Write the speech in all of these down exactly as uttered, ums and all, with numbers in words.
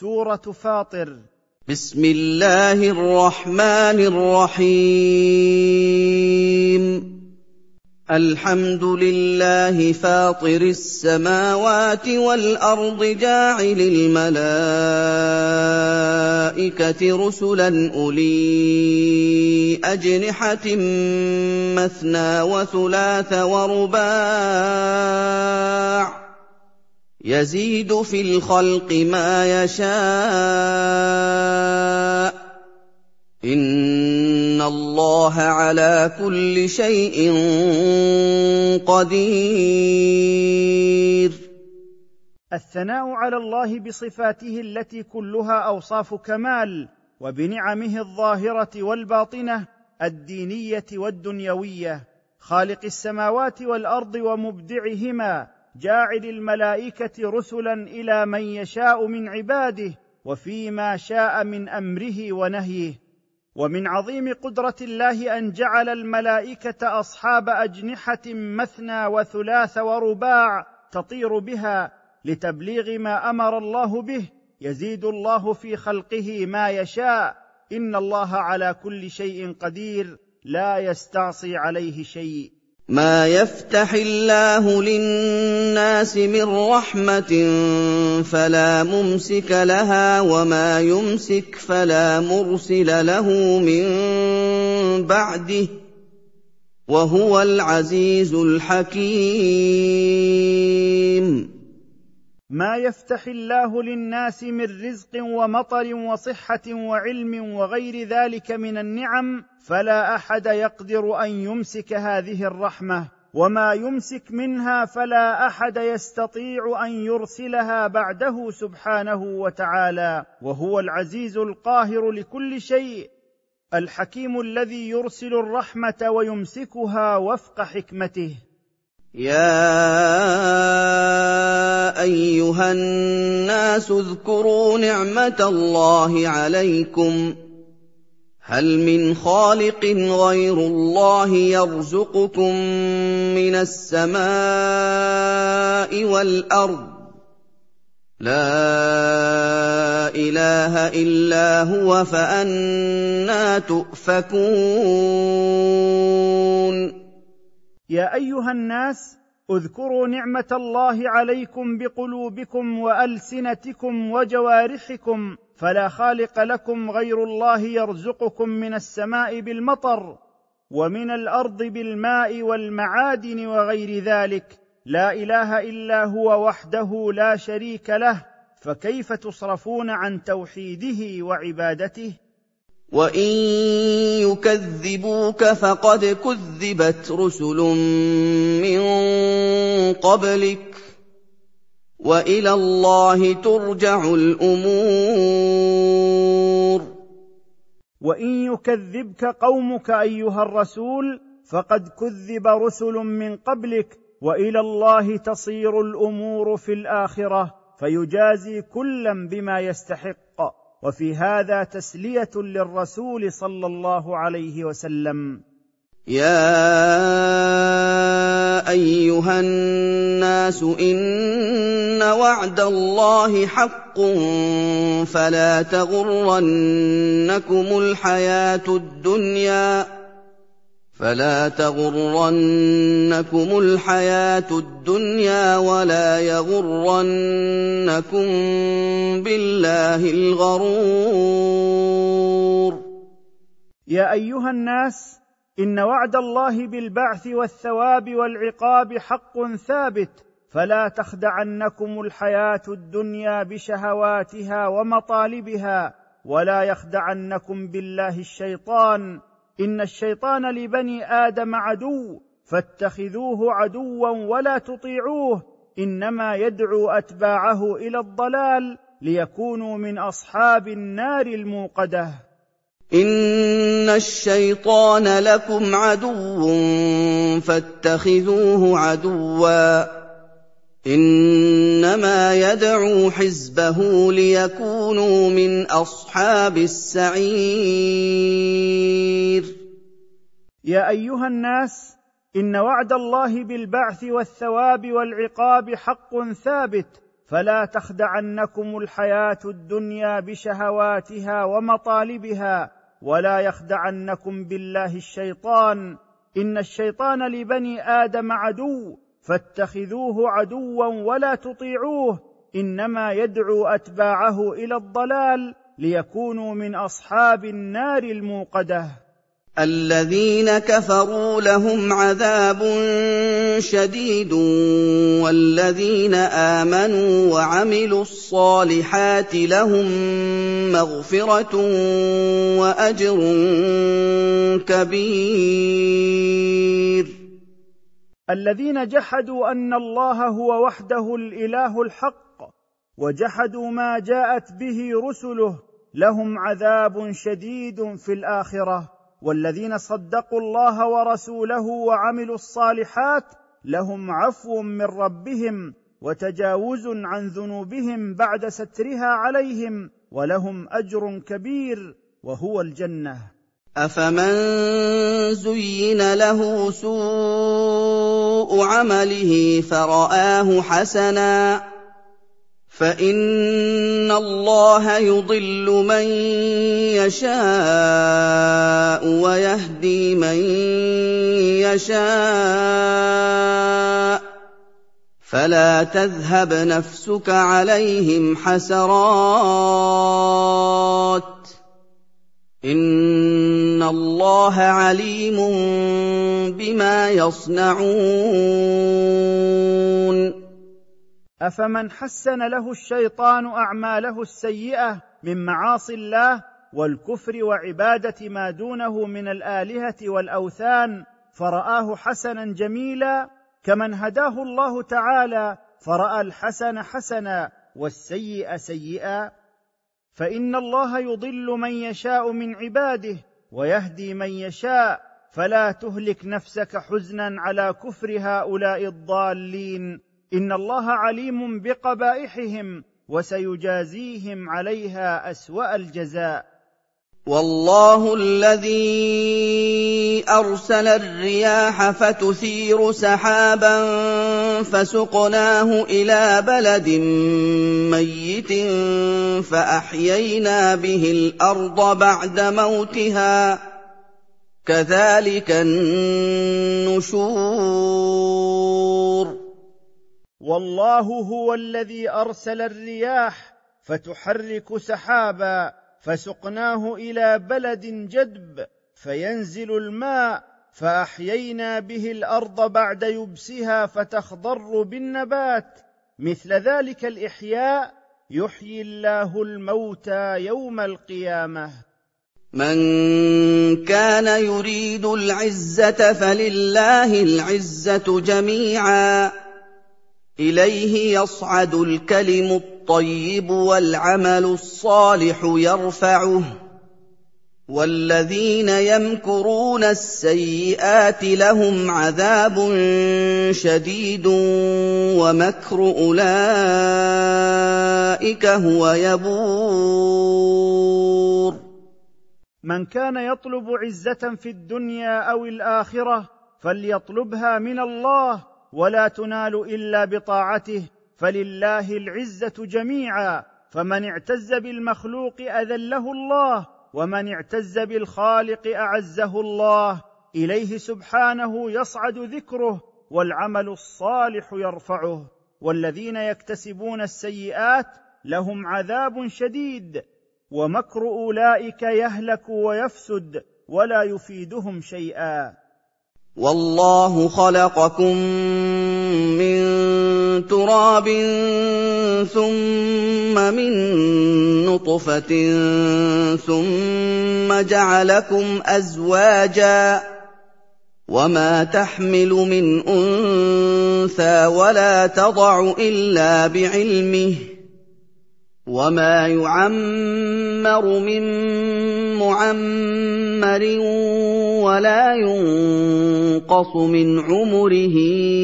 سورة فاطر. بسم الله الرحمن الرحيم. الحمد لله فاطر السماوات والأرض جاعل الملائكة رسلا أولي أجنحة مثنى وثلاث ورباع يزيد في الخلق ما يشاء إن الله على كل شيء قدير. الثناء على الله بصفاته التي كلها أوصاف كمال، وبنعمه الظاهرة والباطنة الدينية والدنيوية، خالق السماوات والأرض ومبدعهما، جاعل الملائكة رسلا إلى من يشاء من عباده وفيما شاء من أمره ونهيه. ومن عظيم قدرة الله أن جعل الملائكة أصحاب أجنحة مثنى وثلاث ورباع تطير بها لتبليغ ما أمر الله به. يزيد الله في خلقه ما يشاء، إن الله على كل شيء قدير، لا يستعصي عليه شيء. ما يفتح الله للناس من رحمة فلا ممسك لها وما يمسك فلا مرسل له من بعده وهو العزيز الحكيم. ما يفتح الله للناس من رزق ومطر وصحة وعلم وغير ذلك من النعم فلا أحد يقدر أن يمسك هذه الرحمة، وما يمسك منها فلا أحد يستطيع أن يرسلها بعده سبحانه وتعالى، وهو العزيز القاهر لكل شيء، الحكيم الذي يرسل الرحمة ويمسكها وفق حكمته. يا أيها الناس اذكروا نعمة الله عليكم هل من خالق غير الله يرزقكم من السماء والأرض لا إله إلا هو فأنى تؤفكون. يا أيها الناس اذكروا نعمة الله عليكم بقلوبكم وألسنتكم وجوارحكم، فلا خالق لكم غير الله يرزقكم من السماء بالمطر ومن الأرض بالماء والمعادن وغير ذلك، لا إله إلا هو وحده لا شريك له، فكيف تصرفون عن توحيده وعبادته؟ وَإِن يُكَذِّبُوكَ فَقَدْ كُذِّبَتْ رُسُلٌ مِّن قَبْلِكَ وَإِلَى اللَّهِ تُرْجَعُ الْأُمُورُ. وَإِن يُكَذِّبْكَ قَوْمُكَ أيها الرسول فقد كذب رسل من قبلك وإلى الله تصير الأمور في الآخرة، فيجازي كلا بما يستحق. وفي هذا تسلية للرسول صلى الله عليه وسلم. يا أيها الناس إن وعد الله حق فلا تغرنكم الحياة الدنيا فلا تغرنكم الحياة الدنيا ولا يغرنكم بالله الغرور. يا أيها الناس إن وعد الله بالبعث والثواب والعقاب حق ثابت، فلا تخدعنكم الحياة الدنيا بشهواتها ومطالبها، ولا يخدعنكم بالله الشيطان، إن الشيطان لبني آدم عدو فاتخذوه عدوا ولا تطيعوه، إنما يدعو أتباعه إلى الضلال ليكونوا من أصحاب النار الموقدة. إن الشيطان لكم عدو فاتخذوه عدوا إنما يدعو حزبه ليكونوا من أصحاب السعير. يا أيها الناس إن وعد الله بالبعث والثواب والعقاب حق ثابت، فلا تخدعنكم الحياة الدنيا بشهواتها ومطالبها، ولا يخدعنكم بالله الشيطان، إن الشيطان لبني آدم عدو فاتخذوه عدوا ولا تطيعوه، إنما يدعو أتباعه إلى الضلال ليكونوا من أصحاب النار الموقدة. الذين كفروا لهم عذاب شديد والذين آمنوا وعملوا الصالحات لهم مغفرة وأجر كبير. الذين جحدوا أن الله هو وحده الإله الحق وجحدوا ما جاءت به رسله لهم عذاب شديد في الآخرة، والذين صدقوا الله ورسوله وعملوا الصالحات لهم عفو من ربهم وتجاوز عن ذنوبهم بعد سترها عليهم، ولهم أجر كبير وهو الجنة. أفمن زين له سوء عمله فرآه حسنا فإن الله يضل من يشاء ويهدي من يشاء فلا تذهب نفسك عليهم حسرات إن الله عليم بما يصنعون. أفمن حسن له الشيطان أعماله السيئة من معاصي الله والكفر وعبادة ما دونه من الآلهة والأوثان فرآه حسنا جميلا، كمن هداه الله تعالى فرأى الحسن حسنا والسيئ سيئا؟ فإن الله يضل من يشاء من عباده ويهدي من يشاء، فلا تهلك نفسك حزنا على كفر هؤلاء الضالين، إن الله عليم بقبائحهم وسيجازيهم عليها أسوأ الجزاء. والله الذي أرسل الرياح فتثير سحابا فسقناه إلى بلد ميت فأحيينا به الأرض بعد موتها كذلك النشور. والله هو الذي أرسل الرياح فتحرك سحابا فسقناه إلى بلد جدب فينزل الماء فأحيينا به الأرض بعد يبسها فتخضر بالنبات، مثل ذلك الإحياء يحيي الله الموتى يوم القيامة. من كان يريد العزة فلله العزة جميعا إليه يصعد الكلم الطيب والعمل الصالح يرفعه والذين يمكرون السيئات لهم عذاب شديد ومكر أولئك هو يبور. من كان يطلب عزة في الدنيا أو الآخرة فليطلبها من الله ولا تنال إلا بطاعته، فلله العزة جميعا، فمن اعتز بالمخلوق أذله الله ومن اعتز بالخالق أعزه الله، إليه سبحانه يصعد ذكره والعمل الصالح يرفعه، والذين يكتسبون السيئات لهم عذاب شديد ومكر أولئك يهلك ويفسد ولا يفيدهم شيئا. والله خلقكم من تراب ثم من نطفة ثم جعلكم أزواجا وما تحمل من أنثى ولا تضع إلا بعلمه وما يعمر من معمر ولا ينقص من عمره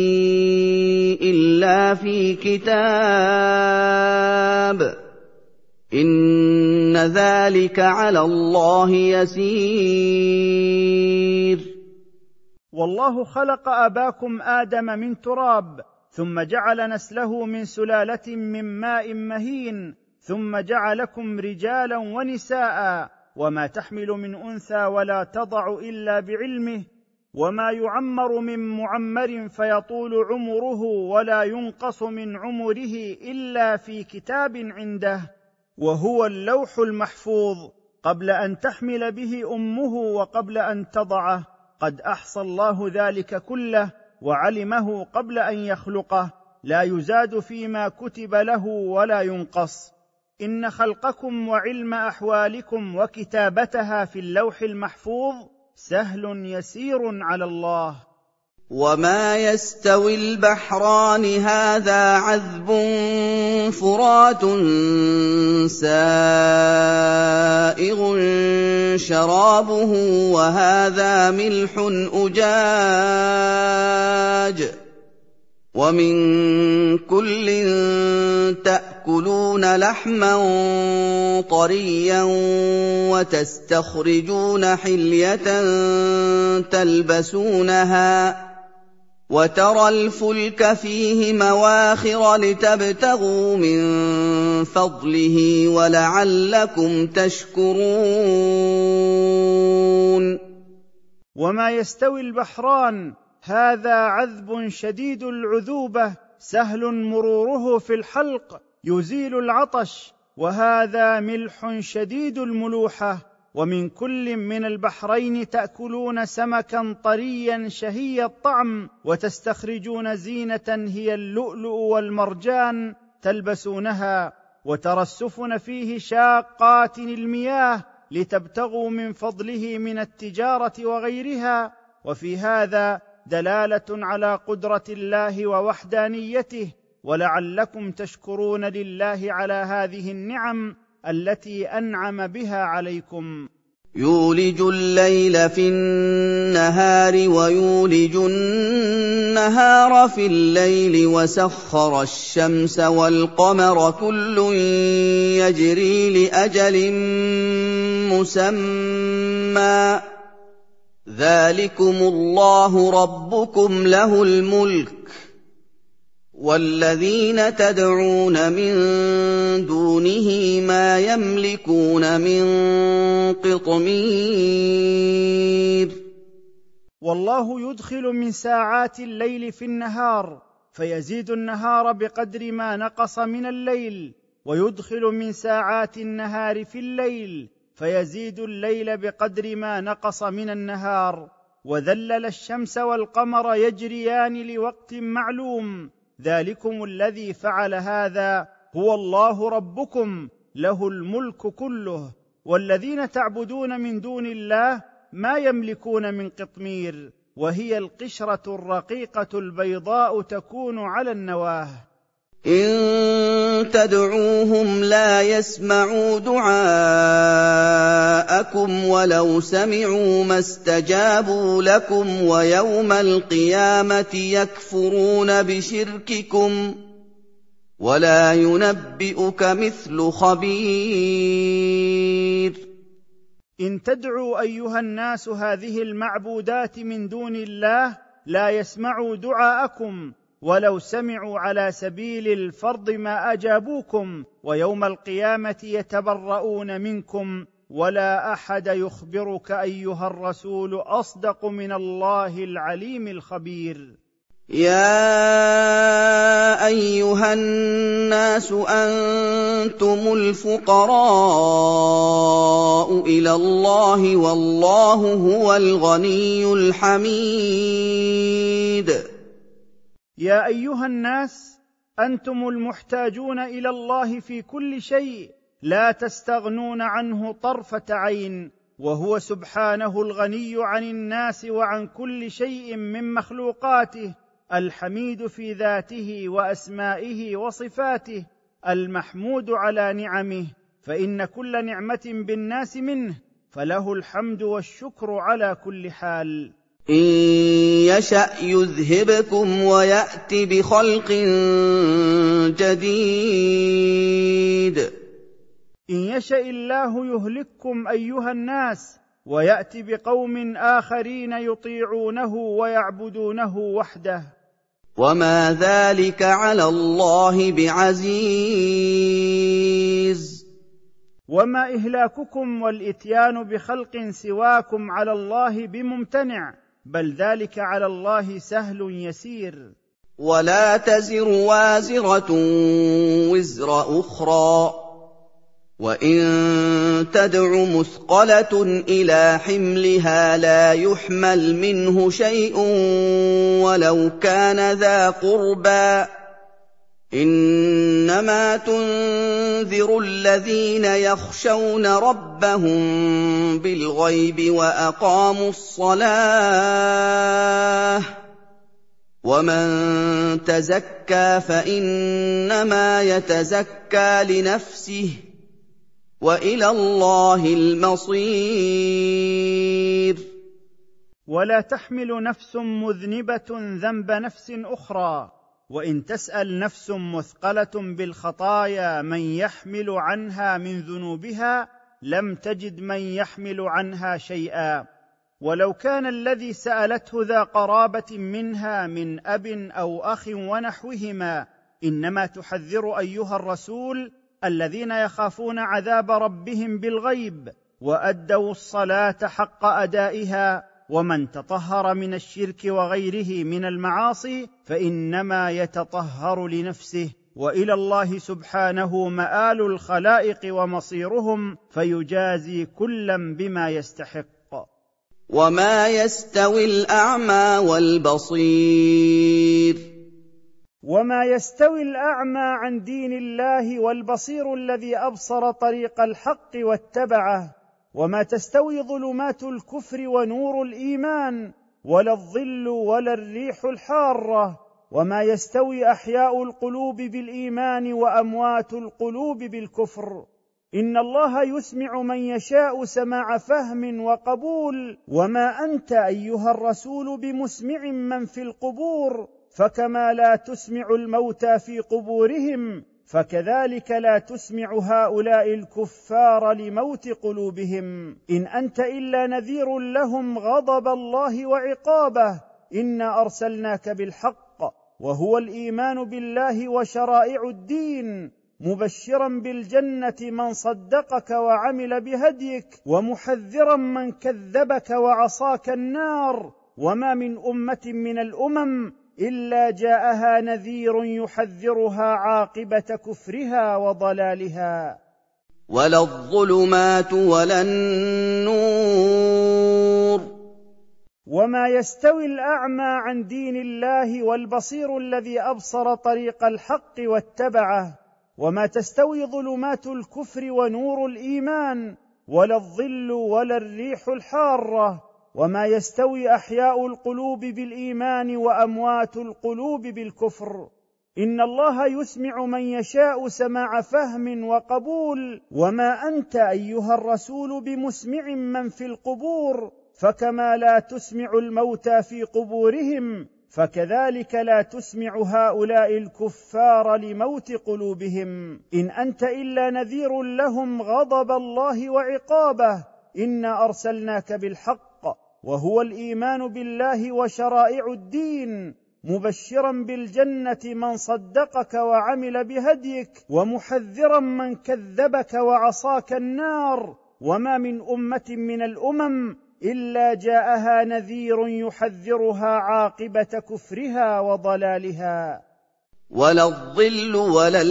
إلا في كتاب إن ذلك على الله يسير. والله خلق أباكم آدم من تراب ثم جعل نسله من سلاله من ماء مهين، ثم جعلكم رجالا ونساء، وما تحمل من انثى ولا تضع الا بعلمه، وما يعمر من معمر فيطول عمره ولا ينقص من عمره الا في كتاب عنده، وهو اللوح المحفوظ، قبل ان تحمل به امه وقبل ان تضعه، قد احصى الله ذلك كله وعلمه قبل ان يخلقه، لا يزاد فيما كتب له ولا ينقص. ان خلقكم وعلم احوالكم وكتابتها في اللوح المحفوظ سهل يسير على الله. وما يستوي البحران هذا عذب فرات سائغ شرابه وهذا ملح أجاج ومن كل تأكلون لحما طريا وتستخرجون حلية تلبسونها وترى الفلك فيه مواخر لتبتغوا من فضله ولعلكم تشكرون. وما يستوي البحران هذا عذب شديد العذوبة سهل مروره في الحلق يزيل العطش، وهذا ملح شديد الملوحة، ومن كل من البحرين تأكلون سمكا طريا شهي الطعم وتستخرجون زينة هي اللؤلؤ والمرجان تلبسونها، وترى السفن فيه شاقات المياه لتبتغوا من فضله من التجارة وغيرها. وفي هذا دلالة على قدرة الله ووحدانيته، ولعلكم تشكرون لله على هذه النعم التي أنعم بها عليكم. يولج الليل في النهار ويولج النهار في الليل وسخر الشمس والقمر كل يجري لأجل مسمى ذلكم الله ربكم له الملك والذين تدعون من دونه ما يملكون من قطمير. والله يدخل من ساعات الليل في النهار فيزيد النهار بقدر ما نقص من الليل، ويدخل من ساعات النهار في الليل فيزيد الليل بقدر ما نقص من النهار، وذلل الشمس والقمر يجريان لوقت معلوم، ذلكم الذي فعل هذا هو الله ربكم له الملك كله، والذين تعبدون من دون الله ما يملكون من قطمير، وهي القشرة الرقيقة البيضاء تكون على النواه. إن تدعوهم لا يسمعوا دعاءكم ولو سمعوا ما استجابوا لكم ويوم القيامة يكفرون بشرككم ولا ينبئك مثل خبير. إن تدعوا أيها الناس هذه المعبودات من دون الله لا يسمعوا دعاءكم، ولو سمعوا على سبيل الفرض ما أجابوكم، ويوم القيامة يتبرؤون منكم، ولا أحد يخبرك أيها الرسول أصدق من الله العليم الخبير. يا أيها الناس أنتم الفقراء إلى الله والله هو الغني الحميد. يا أيها الناس أنتم المحتاجون إلى الله في كل شيء، لا تستغنون عنه طرفة عين، وهو سبحانه الغني عن الناس وعن كل شيء من مخلوقاته، الحميد في ذاته وأسمائه وصفاته، المحمود على نعمه، فإن كل نعمة بالناس منه، فله الحمد والشكر على كل حال. إن يشأ يذهبكم ويأت بخلق جديد. إن يشأ الله يهلككم أيها الناس ويأتي بقوم آخرين يطيعونه ويعبدونه وحده. وما ذلك على الله بعزيز. وما إهلاككم والإتيان بخلق سواكم على الله بممتنع، بل ذلك على الله سهل يسير. ولا تزر وازرة وزر أخرى، وإن تدع مثقلة إلى حملها لا يحمل منه شيء ولو كان ذا قربى، إنما تنذر الذين يخشون ربهم بالغيب وأقاموا الصلاة، ومن تزكى فإنما يتزكى لنفسه، وإلى الله المصير. ولا تحمل نفس مذنبة ذنب نفس أخرى، وإن تسأل نفس مثقلة بالخطايا من يحمل عنها من ذنوبها لم تجد من يحمل عنها شيئا، ولو كان الذي سألته ذا قرابة منها من أب أو أخ ونحوهما. إنما تحذر أيها الرسول الذين يخافون عذاب ربهم بالغيب وأدوا الصلاة حق أدائها، ومن تطهر من الشرك وغيره من المعاصي فإنما يتطهر لنفسه، وإلى الله سبحانه مآل الخلائق ومصيرهم، فيجازي كلا بما يستحق. وما يستوي الأعمى والبصير. وما يستوي الأعمى عن دين الله والبصير الذي أبصر طريق الحق واتبعه، وما تستوي ظلمات الكفر ونور الإيمان، ولا الظل ولا الريح الحارة. وما يستوي أحياء القلوب بالإيمان وأموات القلوب بالكفر. إن الله يسمع من يشاء سماع فهم وقبول، وما أنت أيها الرسول بمسمع من في القبور، فكما لا تسمع الموتى في قبورهم فكذلك لا تسمع هؤلاء الكفار لموت قلوبهم. إن أنت إلا نذير لهم غضب الله وعقابه. إنا أرسلناك بالحق وهو الإيمان بالله وشرائع الدين، مبشرا بالجنة من صدقك وعمل بهديك، ومحذرا من كذبك وعصاك النار. وما من أمة من الأمم إلا جاءها نذير يحذرها عاقبة كفرها وضلالها. ولا الظلمات ولا النور. وما يستوي الأعمى عن دين الله والبصير الذي أبصر طريق الحق واتبعه، وما تستوي ظلمات الكفر ونور الإيمان، ولا الظل ولا الريح الحارة. وما يستوي أحياء القلوب بالإيمان وأموات القلوب بالكفر. إن الله يسمع من يشاء سماع فهم وقبول، وما أنت أيها الرسول بمسمع من في القبور، فكما لا تسمع الموتى في قبورهم فكذلك لا تسمع هؤلاء الكفار لموت قلوبهم. إن أنت إلا نذير لهم غضب الله وعقابه. إنا أرسلناك بالحق وهو الإيمان بالله وشرائع الدين، مبشرا بالجنة من صدقك وعمل بهديك، ومحذرا من كذبك وعصاك النار. وما من أمة من الأمم إلا جاءها نذير يحذرها عاقبة كفرها وضلالها. ولا الظل ولا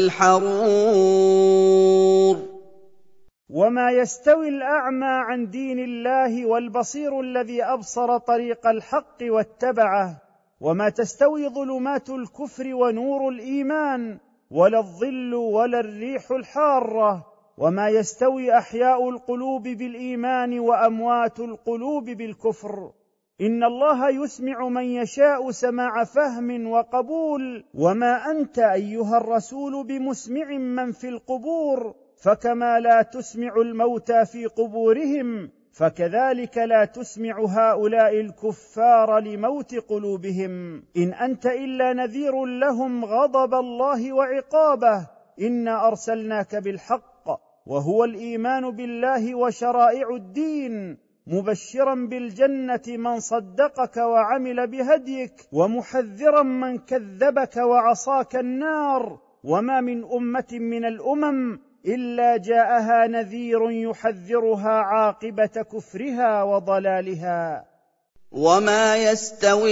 الحرور. وما يستوي الأعمى عن دين الله والبصير الذي أبصر طريق الحق واتبعه، وما تستوي ظلمات الكفر ونور الإيمان، ولا الظل ولا الريح الحارة. وما يستوي أحياء القلوب بالإيمان وأموات القلوب بالكفر. إن الله يسمع من يشاء سماع فهم وقبول، وما أنت أيها الرسول بمسمع من في القبور، فكما لا تسمع الموتى في قبورهم فكذلك لا تسمع هؤلاء الكفار لموت قلوبهم. إن أنت إلا نذير لهم غضب الله وعقابه. إنا أرسلناك بالحق وهو الإيمان بالله وشرائع الدين، مبشرا بالجنة من صدقك وعمل بهديك، ومحذرا من كذبك وعصاك النار. وما من أمة من الأمم إلا جاءها نذير يحذرها عاقبة كفرها وضلالها. وما يستوي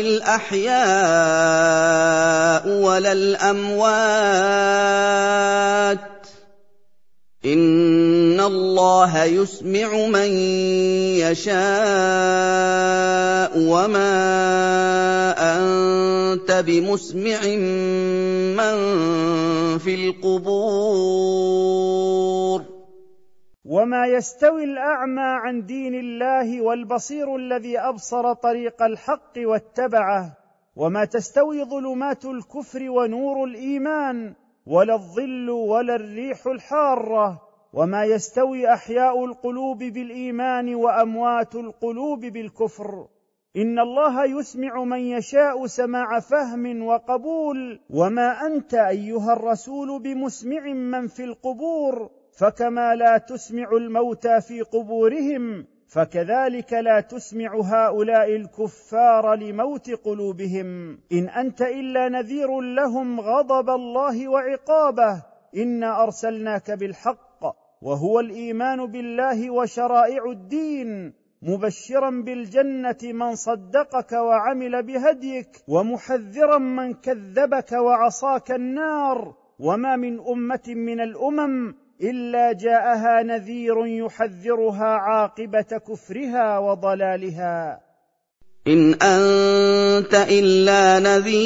الأحياء ولا الأموات إن الله يسمع من يشاء وما أنت بمسمع من في القبور. وما يستوي الأعمى عن دين الله والبصير الذي أبصر طريق الحق واتبعه، وما تستوي ظلمات الكفر ونور الإيمان، ولا الظل ولا الريح الحارة. وما يستوي أحياء القلوب بالإيمان وأموات القلوب بالكفر. إن الله يسمع من يشاء سماع فهم وقبول. وما أنت أيها الرسول بمسمع من في القبور، فكما لا تسمع الموتى في قبورهم فكذلك لا تسمع هؤلاء الكفار لموت قلوبهم. إن أنت إلا نذير لهم غضب الله وعقابه. إنا أرسلناك بالحق وهو الإيمان بالله وشرائع الدين، مبشرا بالجنة من صدقك وعمل بهديك، ومحذرا من كذبك وعصاك النار. وما من أمة من الأمم إلا جاءها نذير يحذرها عاقبة كفرها وضلالها. إن أنت إلا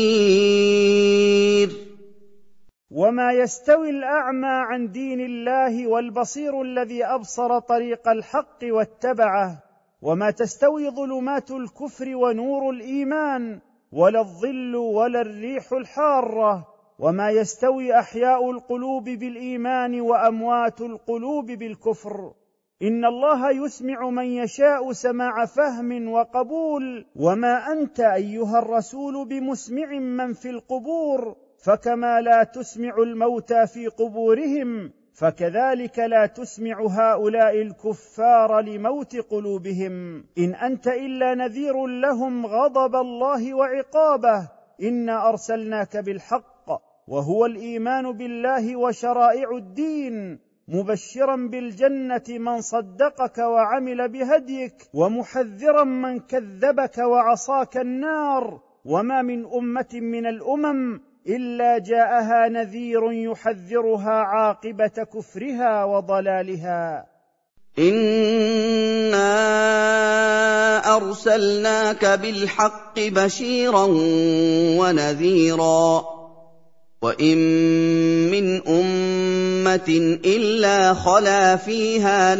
نذير. وما يستوي الأعمى عن دين الله والبصير الذي أبصر طريق الحق واتبعه، وما تستوي ظلمات الكفر ونور الإيمان، ولا الظل ولا الريح الحارة. وما يستوي أحياء القلوب بالإيمان وأموات القلوب بالكفر. إن الله يسمع من يشاء سماع فهم وقبول. وما أنت أيها الرسول بمسمع من في القبور، فكما لا تسمع الموتى في قبورهم فكذلك لا تسمع هؤلاء الكفار لموت قلوبهم. إن أنت إلا نذير لهم غضب الله وعقابه. إنا أرسلناك بالحق وهو الإيمان بالله وشرائع الدين، مبشرا بالجنة من صدقك وعمل بهديك، ومحذرا من كذبك وعصاك النار. وما من أمة من الأمم إلا جاءها نذير يحذرها عاقبة كفرها وضلالها. إنا أرسلناك بالحق بشيرا ونذيرا وإن من أمة إلا خلا فيها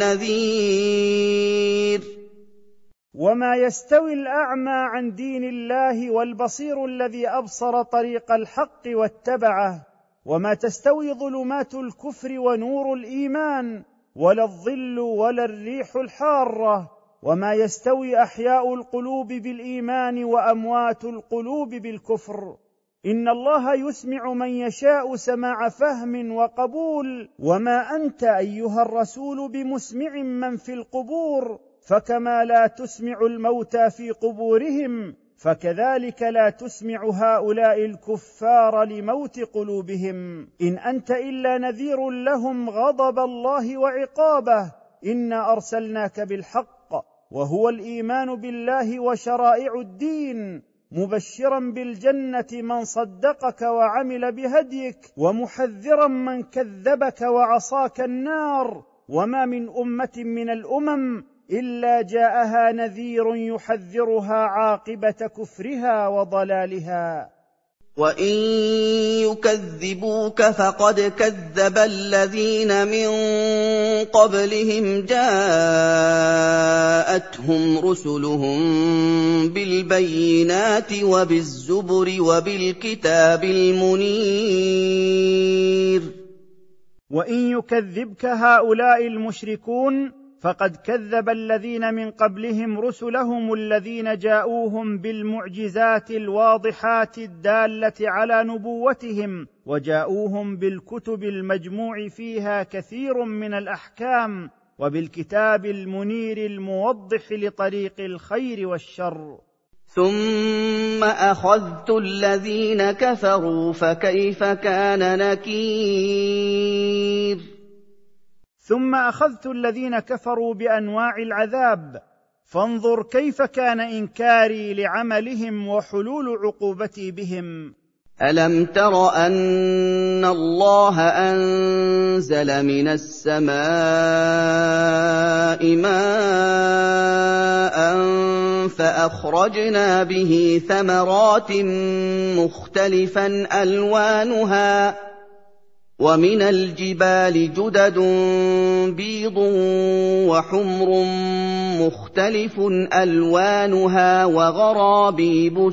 نذير. وما يستوي الأعمى عن دين الله والبصير الذي أبصر طريق الحق واتبعه، وما تستوي ظلمات الكفر ونور الإيمان، ولا الظل ولا الريح الحارة. وما يستوي أحياء القلوب بالإيمان وأموات القلوب بالكفر. إن الله يسمع من يشاء سماع فهم وقبول. وما أنت أيها الرسول بمسمع من في القبور، فكما لا تسمع الموتى في قبورهم فكذلك لا تسمع هؤلاء الكفار لموت قلوبهم. إن أنت إلا نذير لهم غضب الله وعقابه. إنا أرسلناك بالحق وهو الإيمان بالله وشرائع الدين، مبشرا بالجنة من صدقك وعمل بهديك، ومحذرا من كذبك وعصاك النار. وما من أمة من الأمم إلا جاءها نذير يحذرها عاقبة كفرها وضلالها. وإن يكذبوك فقد كذب الذين من قبلهم جاءتهم رسلهم بالبينات وبالزبر وبالكتاب المنير. وإن يكذبك هؤلاء المشركون فقد كذب الذين من قبلهم رسلهم الذين جاءوهم بالمعجزات الواضحات الدالة على نبوتهم، وجاءوهم بالكتب المجموع فيها كثير من الأحكام وبالكتاب المنير الموضح لطريق الخير والشر. ثم أخذت الذين كفروا فكيف كان نكير. ثم أخذت الذين كفروا بأنواع العذاب، فانظر كيف كان إنكاري لعملهم وحلول عقوبتي بهم. ألم تر أن الله أنزل من السماء ماء فأخرجنا به ثمرات مختلفا ألوانها ومن الجبال جدد بيض وحمر مختلف ألوانها وغرابيب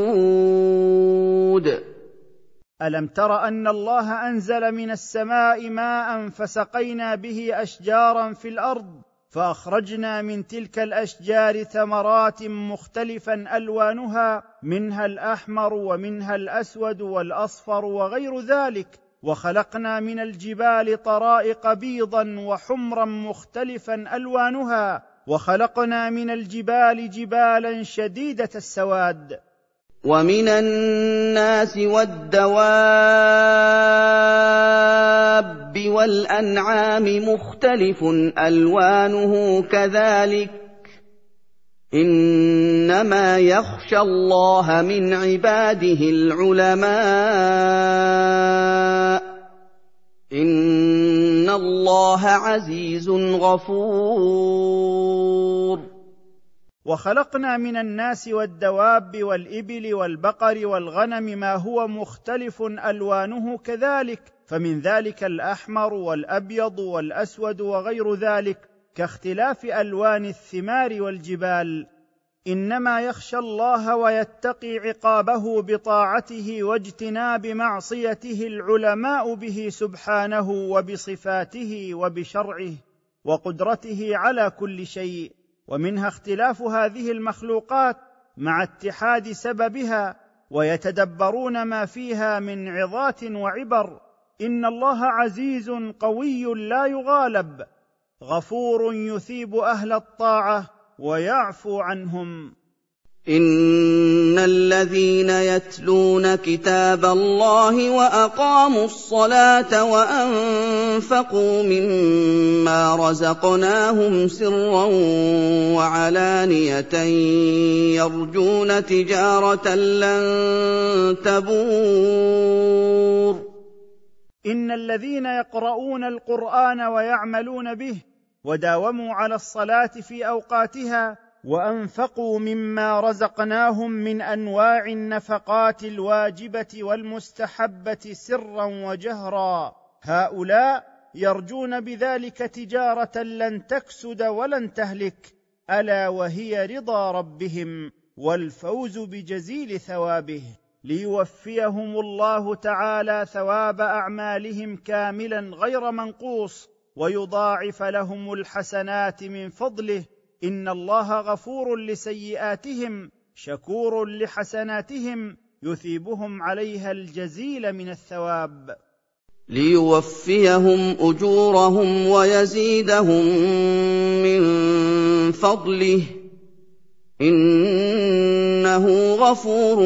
سود. ألم تر أن الله أنزل من السماء ماء فسقينا به أشجارا في الأرض فأخرجنا من تلك الأشجار ثمرات مختلفا ألوانها منها الأحمر ومنها الأسود والأصفر وغير ذلك، وخلقنا من الجبال طرائق بيضا وحمرا مختلفا ألوانها، وخلقنا من الجبال جبالا شديدة السواد. ومن الناس والدواب والأنعام مختلف ألوانه كذلك، إنما يخشى الله من عباده العلماء، إن الله عزيز غفور. وخلقنا من الناس والدواب والإبل والبقر والغنم ما هو مختلف ألوانه كذلك، فمن ذلك الأحمر والأبيض والأسود وغير ذلك، كاختلاف ألوان الثمار والجبال. إنما يخشى الله ويتقي عقابه بطاعته واجتناب معصيته العلماء به سبحانه وبصفاته وبشرعه وقدرته على كل شيء. ومنها اختلاف هذه المخلوقات مع اتحاد سببها، ويتدبرون ما فيها من عظات وعبر. إن الله عزيز قوي لا يغالب، غفور يثيب أهل الطاعة ويعفو عنهم. إن الذين يتلون كتاب الله وأقاموا الصلاة وأنفقوا مما رزقناهم سرا وعلانية يرجون تجارة لن تبور. إن الذين يقرؤون القرآن ويعملون به وداوموا على الصلاة في أوقاتها وأنفقوا مما رزقناهم من أنواع النفقات الواجبة والمستحبة سرا وجهرا، هؤلاء يرجون بذلك تجارة لن تكسد ولن تهلك، ألا وهي رضا ربهم والفوز بجزيل ثوابه، ليوفيهم الله تعالى ثواب أعمالهم كاملا غير منقوص ويضاعف لهم الحسنات من فضله. إن الله غفور لسيئاتهم شكور لحسناتهم يثيبهم عليها الجزيل من الثواب. ليوفيهم أجورهم ويزيدهم من فضله إنه غفور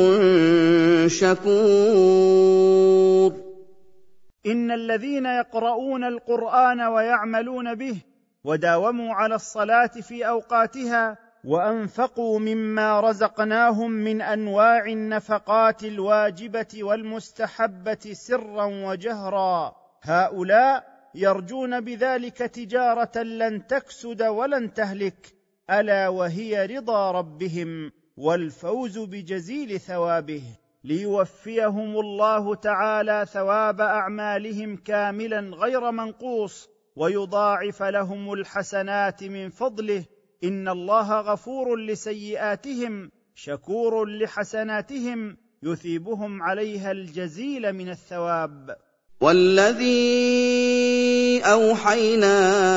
شكور. إن الذين يقرؤون القرآن ويعملون به وداوموا على الصلاة في أوقاتها وأنفقوا مما رزقناهم من أنواع النفقات الواجبة والمستحبة سرا وجهرا، هؤلاء يرجون بذلك تجارة لن تكسد ولن تهلك، ألا وهي رضا ربهم والفوز بجزيل ثوابه، ليوفيهم الله تعالى ثواب أعمالهم كاملا غير منقوص ويضاعف لهم الحسنات من فضله. إن الله غفور لسيئاتهم شكور لحسناتهم يثيبهم عليها الجزيل من الثواب. والذي أوحينا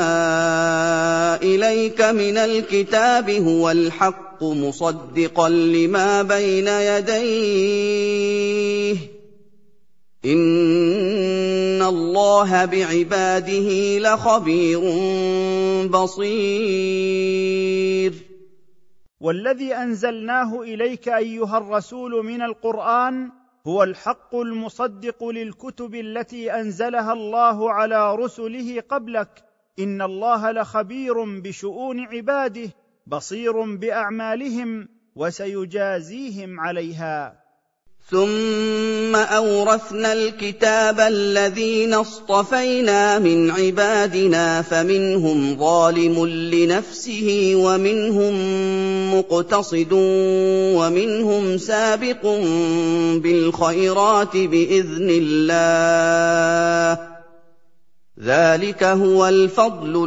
إليك من الكتاب هو الحق مصدقا لما بين يديه إِنَّ اللَّهَ بِعِبَادِهِ لَخَبِيرٌ بَصِيرٌ والذي أنزلناه إليك أيها الرسول من القرآن هو الحق المصدق للكتب التي أنزلها الله على رسله قبلك. إن الله لخبير بشؤون عباده بصير بأعمالهم وسيجازيهم عليها. ثُمَّ أَوْرَثْنَا الْكِتَابَ الَّذِينَ اصْطَفَيْنَا مِنْ عِبَادِنَا فَمِنْهُمْ ظَالِمٌ لِنَفْسِهِ وَمِنْهُمْ مُقْتَصِدٌ وَمِنْهُمْ سَابِقٌ بِالْخَيْرَاتِ بِإِذْنِ اللَّهِ ۚ ذَلِكَ هُوَ الْفَضْلُ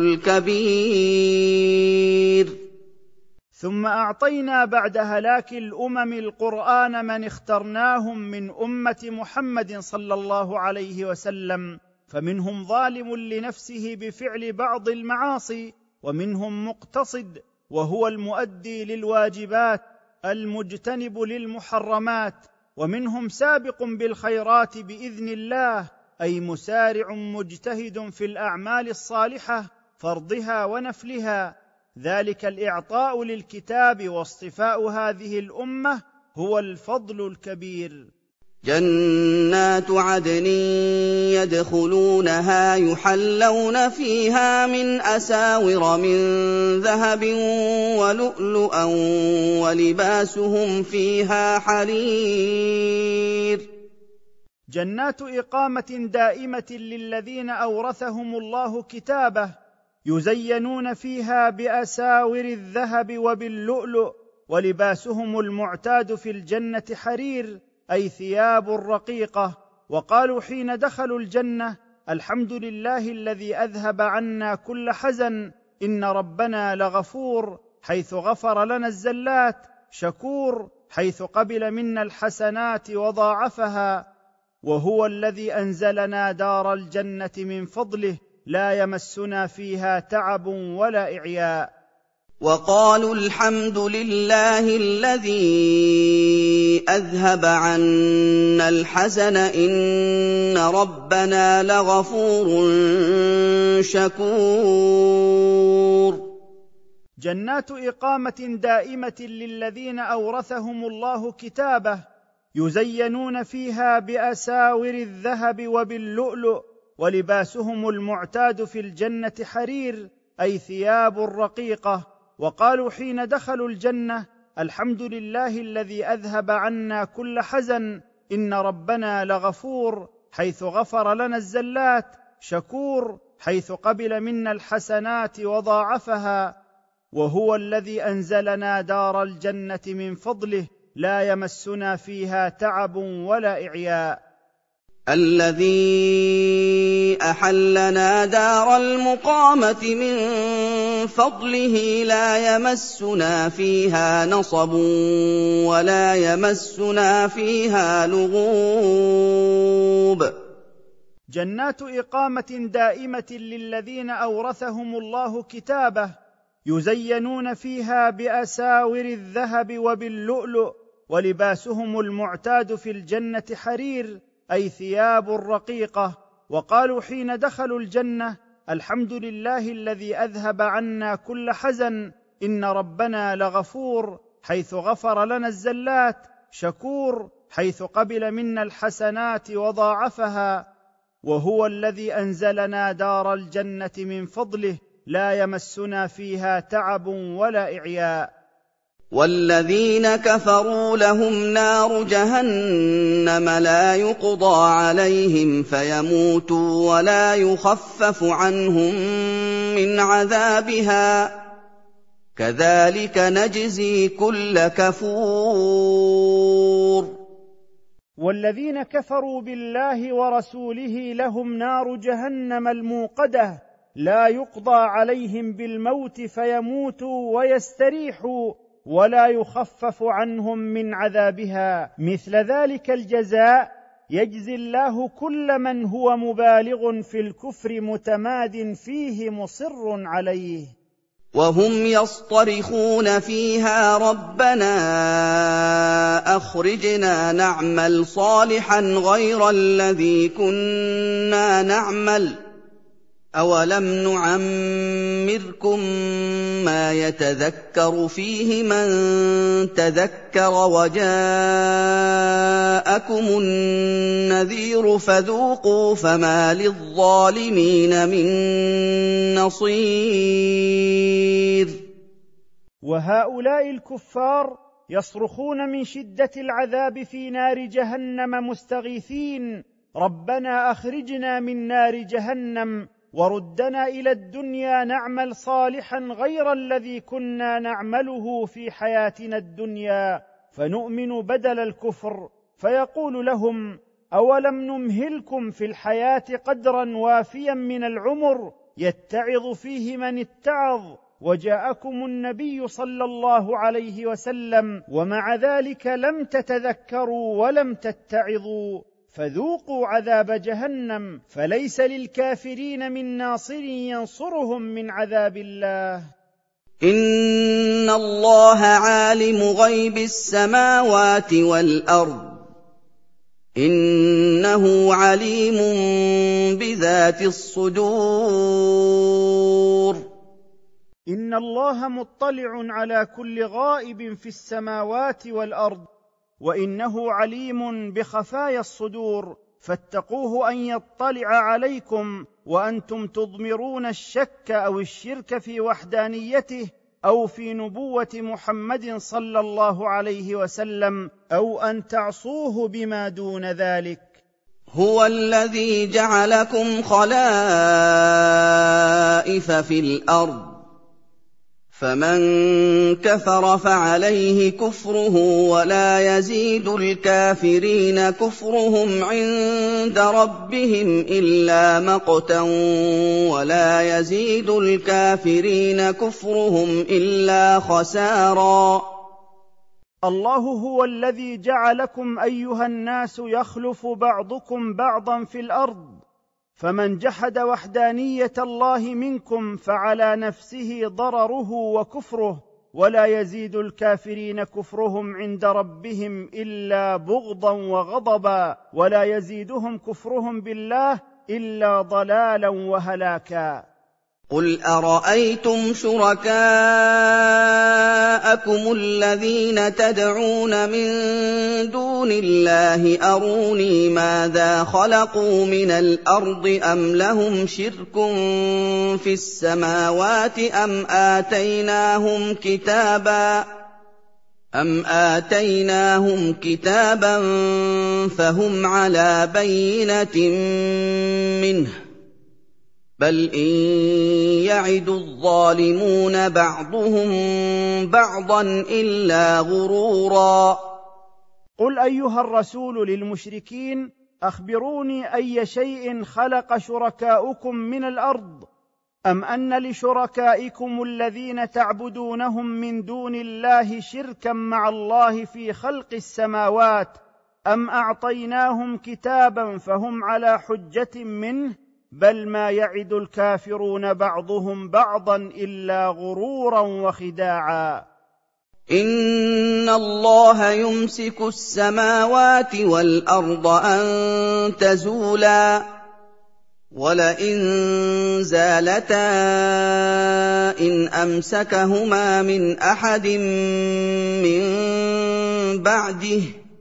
الْكَبِيرُ. ثم أعطينا بعد هلاك الأمم القرآن من اخترناهم من أمة محمد صلى الله عليه وسلم، فمنهم ظالم لنفسه بفعل بعض المعاصي، ومنهم مقتصد وهو المؤدي للواجبات المجتنب للمحرمات، ومنهم سابق بالخيرات بإذن الله، أي مسارع مجتهد في الأعمال الصالحة فرضها ونفلها. ذلك الإعطاء للكتاب واصطفاء هذه الأمة هو الفضل الكبير. جنات عدن يدخلونها يحلون فيها من أساور من ذهب ولؤلؤا ولباسهم فيها حرير. جنات إقامة دائمة للذين أورثهم الله كتابه، يزينون فيها بأساور الذهب وباللؤلؤ، ولباسهم المعتاد في الجنة حرير، أي ثياب رقيقة. وقالوا حين دخلوا الجنة: الحمد لله الذي أذهب عنا كل حزن، إن ربنا لغفور، حيث غفر لنا الزلات، شكور، حيث قبل منا الحسنات وضاعفها، وهو الذي أنزلنا دار الجنة من فضله، لا يمسنا فيها تعب ولا إعياء. وقالوا الحمد لله الذي أذهب عنا الحزن إن ربنا لغفور شكور. جنات إقامة دائمة للذين أورثهم الله كتابه، يزينون فيها بأساور الذهب وباللؤلؤ، ولباسهم المعتاد في الجنة حرير، أي ثياب رقيقة. وقالوا حين دخلوا الجنة: الحمد لله الذي أذهب عنا كل حزن، إن ربنا لغفور، حيث غفر لنا الزلات، شكور، حيث قبل منا الحسنات وضاعفها، وهو الذي أنزلنا دار الجنة من فضله، لا يمسنا فيها تعب ولا إعياء. الذي أحلنا دار المقامة من فضله لا يمسنا فيها نصب ولا يمسنا فيها لغوب. جنات إقامة دائمة للذين أورثهم الله كتابه، يزينون فيها بأساور الذهب وباللؤلؤ، ولباسهم المعتاد في الجنة حرير، أي ثياب رقيقة. وقالوا حين دخلوا الجنة: الحمد لله الذي أذهب عنا كل حزن، إن ربنا لغفور، حيث غفر لنا الزلات، شكور، حيث قبل منا الحسنات وضاعفها، وهو الذي أنزلنا دار الجنة من فضله، لا يمسنا فيها تعب ولا إعياء. والذين كفروا لهم نار جهنم لا يقضى عليهم فيموتوا ولا يخفف عنهم من عذابها، كذلك نجزي كل كفور. والذين كفروا بالله ورسوله لهم نار جهنم الموقدة لا يقضى عليهم بالموت فيموتوا ويستريحوا ولا يخفف عنهم من عذابها، مثل ذلك الجزاء يجزي الله كل من هو مبالغ في الكفر متماد فيه مصر عليه. وهم يصطرخون فيها ربنا أخرجنا نعمل صالحا غير الذي كنا نعمل أولم نعمركم ما يتذكر فيه من تذكر وجاءكم النذير فذوقوا فما للظالمين من نصير. وهؤلاء الكفار يصرخون من شدة العذاب في نار جهنم مستغيثين ربنا أخرجنا من نار جهنم وردنا إلى الدنيا نعمل صالحا غير الذي كنا نعمله في حياتنا الدنيا فنؤمن بدل الكفر. فيقول لهم أولم نمهلكم في الحياة قدرا وافيا من العمر يتعظ فيه من اتعظ وجاءكم النبي صلى الله عليه وسلم ومع ذلك لم تتذكروا ولم تتعظوا فذوقوا عذاب جهنم فليس للكافرين من ناصر ينصرهم من عذاب الله. إن الله عالم غيب السماوات والأرض إنه عليم بذات الصدور. إن الله مطلع على كل غائب في السماوات والأرض وإنه عليم بخفايا الصدور فاتقوه أن يطلع عليكم وأنتم تضمرون الشك أو الشرك في وحدانيته أو في نبوة محمد صلى الله عليه وسلم أو أن تعصوه بما دون ذلك. هو الذي جعلكم خلائف في الأرض فمن كفر فعليه كفره ولا يزيد الكافرين كفرهم عند ربهم إلا مقتا ولا يزيد الكافرين كفرهم إلا خسارا. الله هو الذي جعلكم أيها الناس يخلف بعضكم بعضا في الأرض فمن جحد وحدانية الله منكم فعلى نفسه ضرره وكفره ولا يزيد الكافرين كفرهم عند ربهم إلا بغضا وغضبا ولا يزيدهم كفرهم بالله إلا ضلالا وهلاكا. قل أرأيتم شركاءكم الذين تدعون من دون الله أروني ماذا خلقوا من الأرض أم لهم شرك في السماوات أم آتيناهم كتابا أم آتيناهم كتابا فهم على بينة منه بل إن يعد الظالمون بعضهم بعضا إلا غرورا. قل أيها الرسول للمشركين أخبروني أي شيء خلق شركاؤكم من الأرض أم أن لشركائكم الذين تعبدونهم من دون الله شركا مع الله في خلق السماوات أم أعطيناهم كتابا فهم على حجة منه بل ما يعد الكافرون بعضهم بعضا إلا غرورا وخداعا. إن الله يمسك السماوات والأرض أن تزولا ولئن زالتا إن أمسكهما من أحد من بعده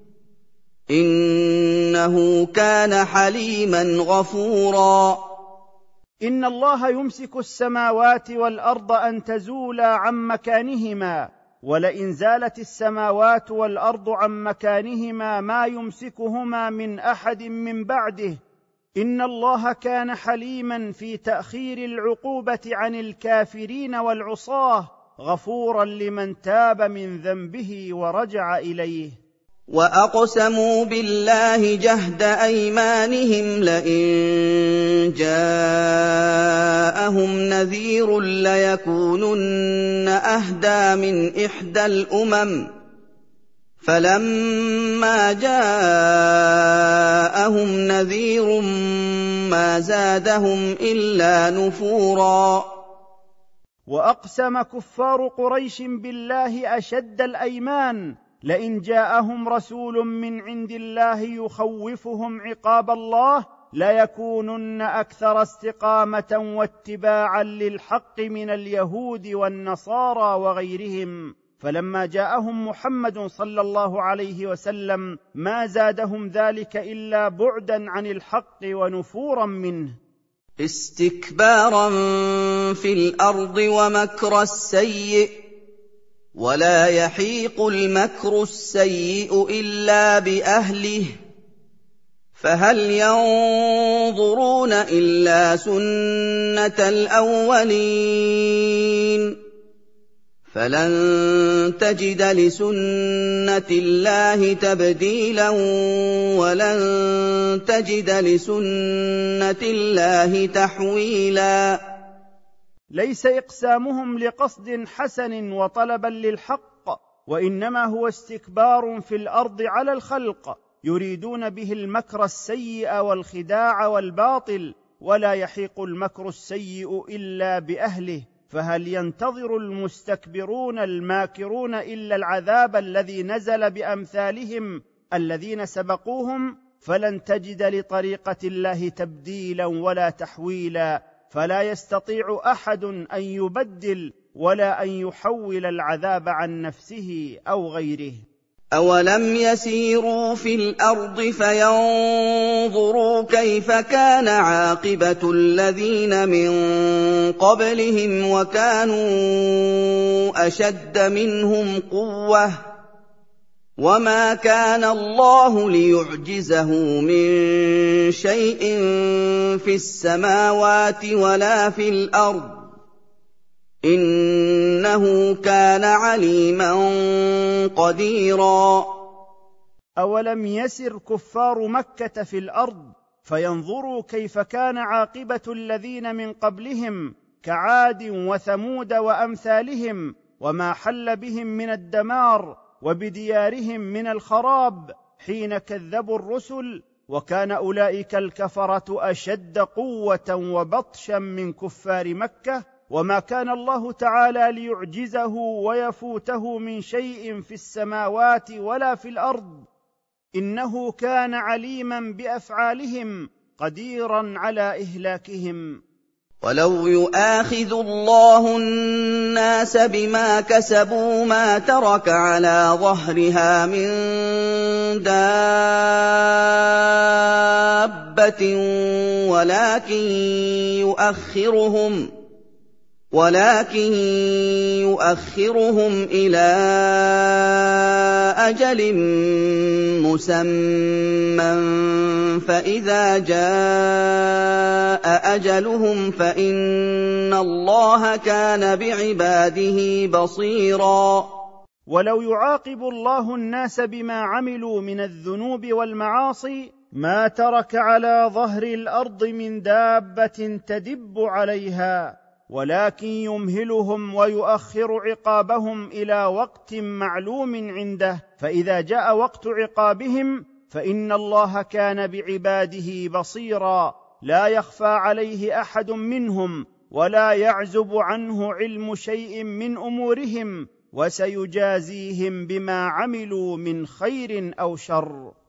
إنه كان حليما غفورا. إن الله يمسك السماوات والأرض أن تزولا عن مكانهما ولئن زالت السماوات والأرض عن مكانهما ما يمسكهما من أحد من بعده إن الله كان حليما في تأخير العقوبة عن الكافرين والعصاة غفورا لمن تاب من ذنبه ورجع إليه. وأقسموا بالله جهد أيمانهم لئن جاءهم نذير ليكونن أهدى من إحدى الأمم فلما جاءهم نذير ما زادهم إلا نفورا. واقسم كفار قريش بالله اشد الايمان لئن جاءهم رسول من عند الله يخوفهم عقاب الله ليكونن اكثر استقامه واتباعا للحق من اليهود والنصارى وغيرهم. فلما جاءهم محمد صلى الله عليه وسلم ما زادهم ذلك الا بعدا عن الحق ونفورا منه. استكبارا في الارض ومكر السيء ولا يحيق المكر السيء الا باهله فهل ينظرون الا سنه الاولين فلن تجد لسنه الله تبديلا ولن تجد لسنه الله تحويلا. ليس اقسامهم لقصد حسن وطلبا للحق، وانما هو استكبار في الارض على الخلق يريدون به المكر السيء والخداع والباطل، ولا يحيق المكر السيء الا باهله. فهل ينتظر المستكبرون الماكرون الا العذاب الذي نزل بامثالهم الذين سبقوهم؟ فلن تجد لطريقه الله تبديلا ولا تحويلا، فلا يستطيع احد ان يبدل ولا ان يحول العذاب عن نفسه او غيره. أولم يسيروا في الأرض فينظروا كيف كان عاقبة الذين من قبلهم وكانوا أشد منهم قوة وما كان الله ليعجزه من شيء في السماوات ولا في الأرض إنه كان عليما قديرا. أولم يسر كفار مكة في الأرض فينظروا كيف كان عاقبة الذين من قبلهم كعاد وثمود وأمثالهم وما حل بهم من الدمار وبديارهم من الخراب حين كذبوا الرسل، وكان أولئك الكفرة أشد قوة وبطشا من كفار مكة، وما كان الله تعالى ليعجزه ويفوته من شيء في السماوات ولا في الأرض، إنه كان عليما بأفعالهم قديرا على إهلاكهم. ولو يؤاخذ الله الناس بما كسبوا ما ترك على ظهرها من دابة ولكن يؤخرهم ولكن يؤخرهم إلى أجل مسمى فإذا جاء أجلهم فإن الله كان بعباده بصيرا. ولو يعاقب الله الناس بما عملوا من الذنوب والمعاصي ما ترك على ظهر الأرض من دابة تدب عليها، ولكن يمهلهم ويؤخر عقابهم إلى وقت معلوم عنده، فإذا جاء وقت عقابهم فإن الله كان بعباده بصيرا، لا يخفى عليه أحد منهم ولا يعزب عنه علم شيء من أمورهم، وسيجازيهم بما عملوا من خير أو شر.